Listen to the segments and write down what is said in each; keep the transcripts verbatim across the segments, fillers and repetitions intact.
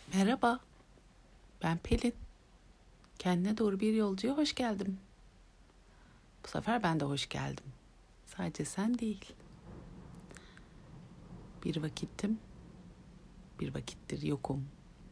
Merhaba, ben Pelin. Kendine doğru bir yolcuya hoş geldim. Bu sefer ben de hoş geldim. Sadece sen değil. Bir vakittim, bir vakittir yokum.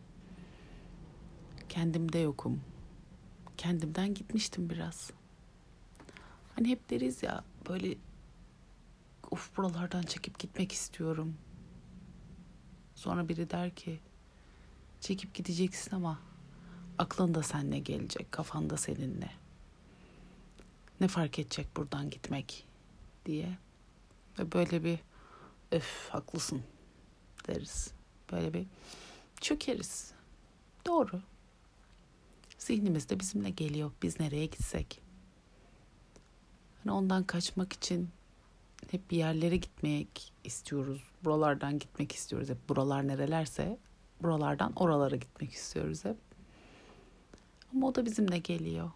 Kendimde yokum. Kendimden gitmiştim biraz. Hani hep deriz ya böyle of buralardan çekip gitmek istiyorum. Sonra biri der ki çekip gideceksin ama aklında seninle gelecek, kafanda seninle. Ne fark edecek buradan gitmek diye. Ve böyle bir öf haklısın deriz. Böyle bir çökeriz. Doğru. Zihnimiz de bizimle geliyor. Biz nereye gitsek. Hani ondan kaçmak için hep bir yerlere gitmek istiyoruz. Buralardan gitmek istiyoruz. Hep buralar nerelerse buralardan oralara gitmek istiyoruz hep. Ama o da bizimle geliyor.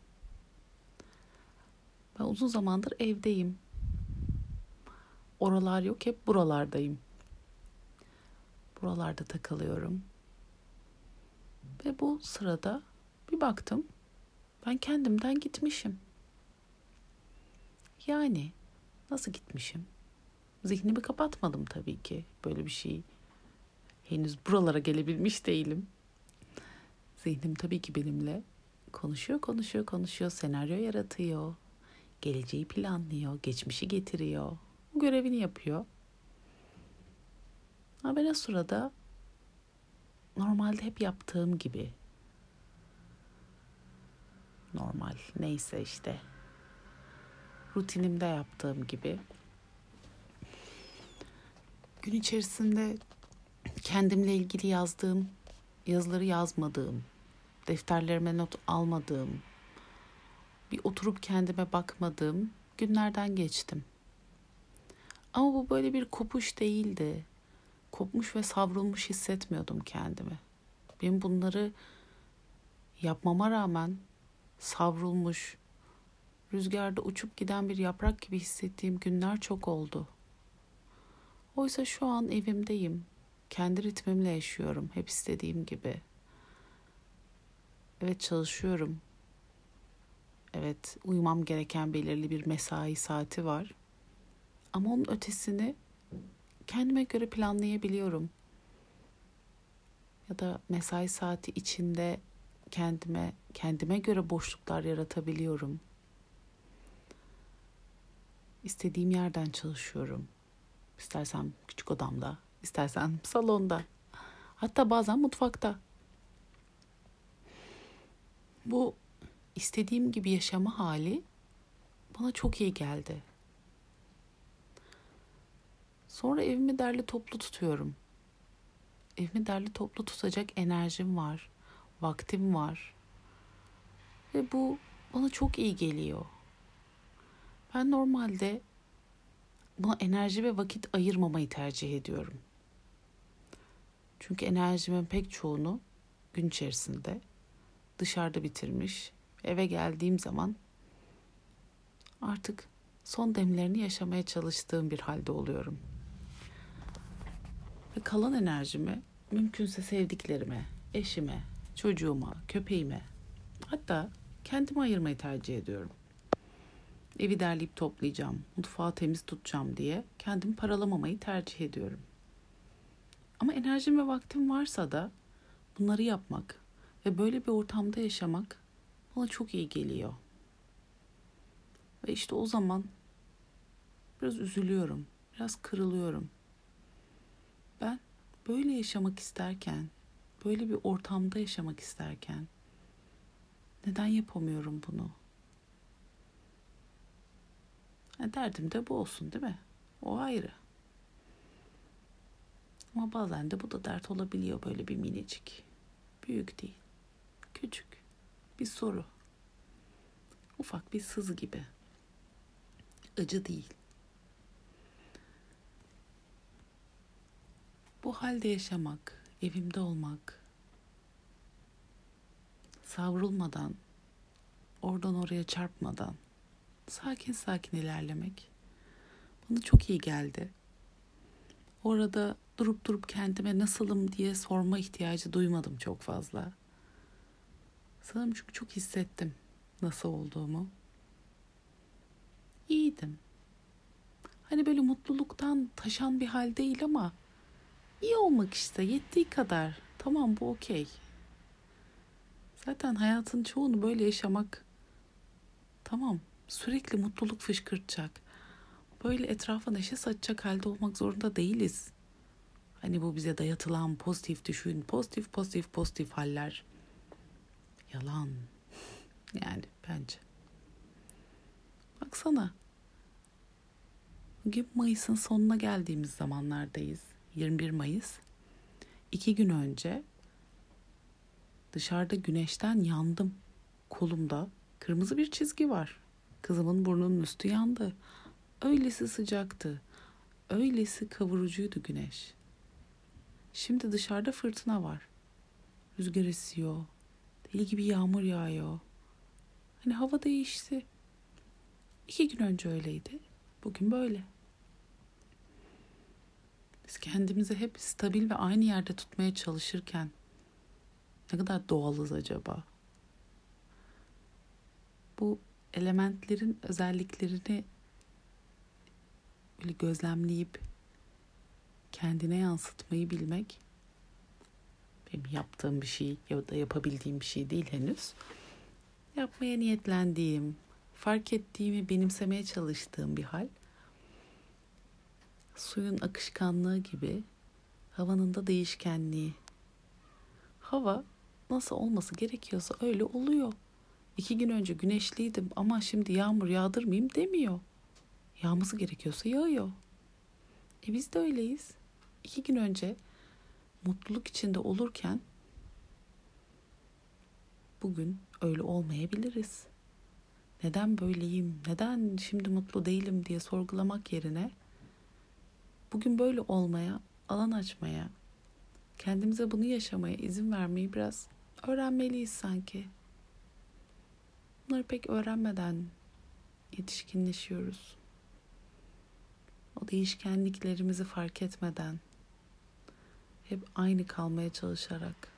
Ben uzun zamandır evdeyim. Oralar yok, hep buralardayım. Buralarda takılıyorum. Ve bu sırada bir baktım ben kendimden gitmişim. Yani nasıl gitmişim? Zihnimi kapatmadım tabii ki. Böyle bir şey henüz buralara gelebilmiş değilim. Zihnim tabii ki benimle konuşuyor, konuşuyor, konuşuyor, senaryo yaratıyor. Geleceği planlıyor, geçmişi getiriyor. Bu görevini yapıyor. Ama ben o sırada normalde hep yaptığım gibi, normal neyse işte, rutinimde yaptığım gibi gün içerisinde kendimle ilgili yazdığım yazıları yazmadığım, defterlerime not almadığım, bir oturup kendime bakmadığım günlerden geçtim. Ama bu böyle bir kopuş değildi. Kopmuş ve savrulmuş hissetmiyordum kendimi. Benim bunları yapmama rağmen savrulmuş, rüzgarda uçup giden bir yaprak gibi hissettiğim günler çok oldu. Oysa şu an evimdeyim. Kendi ritmimle yaşıyorum. Hep istediğim gibi. Evet, çalışıyorum. Evet, uyumam gereken belirli bir mesai saati var. Ama onun ötesini kendime göre planlayabiliyorum. Ya da mesai saati içinde kendime kendime göre boşluklar yaratabiliyorum. İstediğim yerden çalışıyorum. İstersen küçük odamda, istersen salonda. Hatta bazen mutfakta. Bu istediğim gibi yaşama hali bana çok iyi geldi. Sonra evimi derli toplu tutuyorum. Evimi derli toplu tutacak enerjim var, vaktim var. Ve bu bana çok iyi geliyor. Ben normalde buna enerji ve vakit ayırmamayı tercih ediyorum. Çünkü enerjimin pek çoğunu gün içerisinde dışarıda bitirmiş, eve geldiğim zaman artık son demlerini yaşamaya çalıştığım bir halde oluyorum. Ve kalan enerjimi mümkünse sevdiklerime, eşime, çocuğuma, köpeğime, hatta kendime ayırmayı tercih ediyorum. Evi derleyip toplayacağım, mutfağı temiz tutacağım diye kendimi paralamamayı tercih ediyorum. Ama enerjim ve vaktim varsa da bunları yapmak ve böyle bir ortamda yaşamak bana çok iyi geliyor. Ve işte o zaman biraz üzülüyorum, biraz kırılıyorum. Ben böyle yaşamak isterken, böyle bir ortamda yaşamak isterken neden yapamıyorum bunu? Ha, derdim de bu olsun, değil mi? O ayrı. Ama bazen de bu da dert olabiliyor, böyle bir minicik. Büyük değil, küçük bir soru. Ufak bir sızı gibi. Acı değil. Bu halde yaşamak, evimde olmak, savrulmadan, oradan oraya çarpmadan, sakin sakin ilerlemek bana çok iyi geldi. Orada durup durup kendime nasılım diye sorma ihtiyacı duymadım çok fazla. Sanırım çünkü çok hissettim nasıl olduğumu. İyiydim. Hani böyle mutluluktan taşan bir hal değil ama iyi olmak işte, yettiği kadar. Tamam, bu okey. Zaten hayatın çoğunu böyle yaşamak, tamam, sürekli mutluluk fışkırtacak, böyle etrafa neşe saçacak halde olmak zorunda değiliz. Hani bu bize dayatılan pozitif düşün, pozitif pozitif pozitif haller yalan. Yani bence. Baksana. Bugün Mayıs'ın sonuna geldiğimiz zamanlardayız. yirmi bir Mayıs. İki gün önce dışarıda güneşten yandım. Kolumda kırmızı bir çizgi var. Kızımın burnunun üstü yandı. Öylesi sıcaktı. Öylesi kavurucuydu güneş. Şimdi dışarıda fırtına var. Rüzgar esiyor. Deli gibi yağmur yağıyor. Hani hava değişti. İki gün önce öyleydi. Bugün böyle. Biz kendimizi hep stabil ve aynı yerde tutmaya çalışırken ne kadar doğalız acaba? Bu elementlerin özelliklerini böyle gözlemleyip kendine yansıtmayı bilmek benim yaptığım bir şey ya da yapabildiğim bir şey değil henüz. Yapmaya niyetlendiğim, fark ettiğimi benimsemeye çalıştığım bir hal. Suyun akışkanlığı gibi havanın da değişkenliği. Hava nasıl olması gerekiyorsa öyle oluyor. İki gün önce güneşliydim ama şimdi yağmur yağdırmayayım demiyor. Yağması gerekiyorsa yağıyor. E biz de öyleyiz. İki gün önce mutluluk içinde olurken bugün öyle olmayabiliriz. Neden böyleyim, neden şimdi mutlu değilim diye sorgulamak yerine bugün böyle olmaya, alan açmaya, kendimize bunu yaşamaya izin vermeyi biraz öğrenmeliyiz sanki. Bunları pek öğrenmeden yetişkinleşiyoruz. O değişkenliklerimizi fark etmeden, hep aynı kalmaya çalışarak.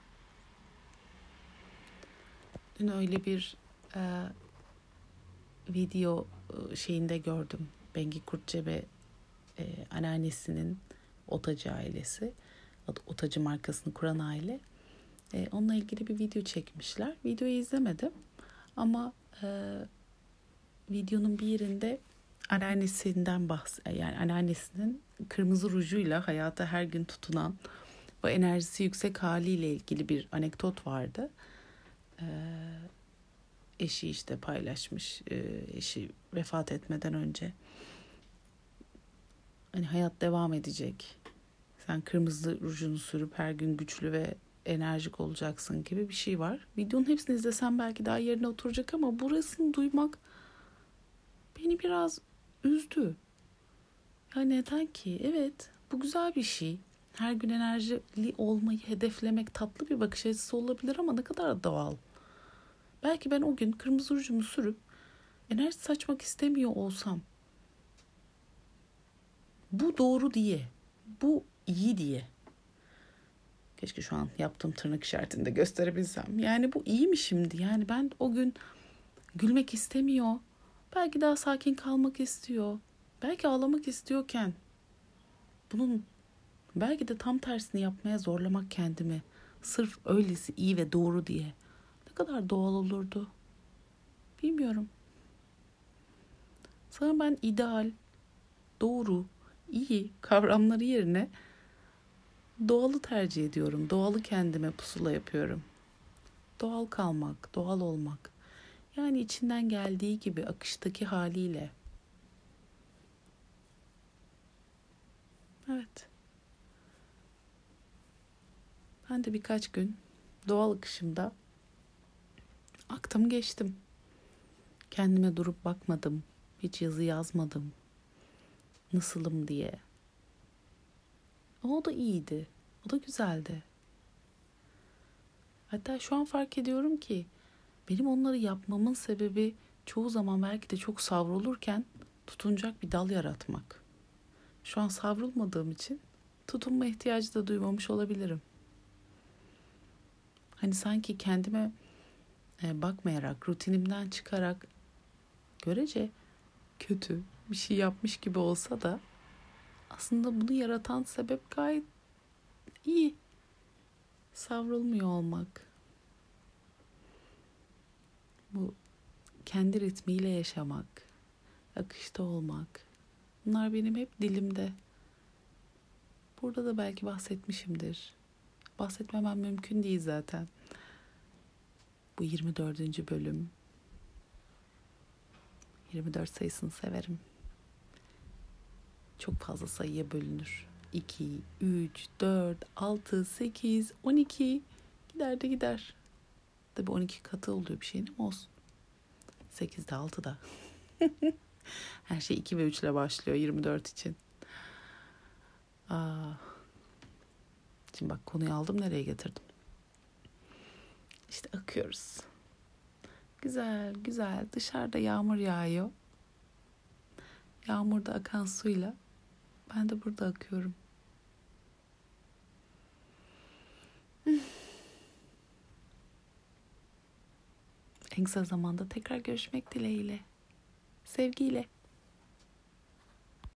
Dün öyle bir e, video şeyinde gördüm. Bengi Kurtçe ve e, anneannesinin Otacı ailesi, Otacı markasını kuran aile. E, onunla ilgili bir video çekmişler. Videoyu izlemedim ama e, videonun bir yerinde anneannesinden bahs yani anneannesinin kırmızı rujuyla hayata her gün tutunan o enerjisi yüksek haliyle ilgili bir anekdot vardı. Ee, eşi işte paylaşmış, ee, eşi vefat etmeden önce. Hani hayat devam edecek. Sen kırmızı rujunu sürüp her gün güçlü ve enerjik olacaksın gibi bir şey var. Videonun hepsini izlesem belki daha yerine oturacak ama burasını duymak beni biraz üzdü. Ya neden ki? Evet, bu güzel bir şey. Her gün enerjili olmayı hedeflemek tatlı bir bakış açısı olabilir ama ne kadar doğal. Belki ben o gün kırmızı rujumu sürüp enerji saçmak istemiyor olsam, bu doğru diye, bu iyi diye. Keşke şu an yaptığım tırnak işaretini de gösterebilsem. Yani bu iyi mi şimdi? Yani ben o gün gülmek istemiyor. Belki daha sakin kalmak istiyor. Belki ağlamak istiyorken bunun belki de tam tersini yapmaya zorlamak kendimi. Sırf öylesi iyi ve doğru diye. Ne kadar doğal olurdu. Bilmiyorum. Sanırım ben ideal, doğru, iyi kavramları yerine doğalı tercih ediyorum. Doğalı kendime pusula yapıyorum. Doğal kalmak, doğal olmak. Yani içinden geldiği gibi akıştaki haliyle. Evet. Ben de birkaç gün doğal akışımda aktım geçtim. Kendime durup bakmadım. Hiç yazı yazmadım. Nasılım diye. Ama o da iyiydi. O da güzeldi. Hatta şu an fark ediyorum ki benim onları yapmamın sebebi çoğu zaman belki de çok savrulurken tutunacak bir dal yaratmak. Şu an savrulmadığım için tutunma ihtiyacı da duymamış olabilirim. Hani sanki kendime e, bakmayarak, rutinimden çıkarak görece kötü bir şey yapmış gibi olsa da aslında bunu yaratan sebep gayet iyi. Savrulmuyor olmak. Bu kendi ritmiyle yaşamak, akışta olmak. Bunlar benim hep dilimde. Burada da belki bahsetmişimdir. Bahsetmemem mümkün değil zaten. Bu yirmi dördüncü bölüm. yirmi dört sayısını severim. Çok fazla sayıya bölünür. iki, üç, dört, altı, sekiz, on iki gider de gider. Tabii on iki katı oluyor bir şeyin ama olsun. sekizde, altıda. Her şey iki ve üç ile başlıyor yirmi dört için. Aa. Şimdi bak konuyu aldım nereye getirdim. İşte akıyoruz. Güzel güzel dışarıda yağmur yağıyor. Yağmurda akan suyla ben de burada akıyorum. En kısa zamanda tekrar görüşmek dileğiyle. Sevgiyle.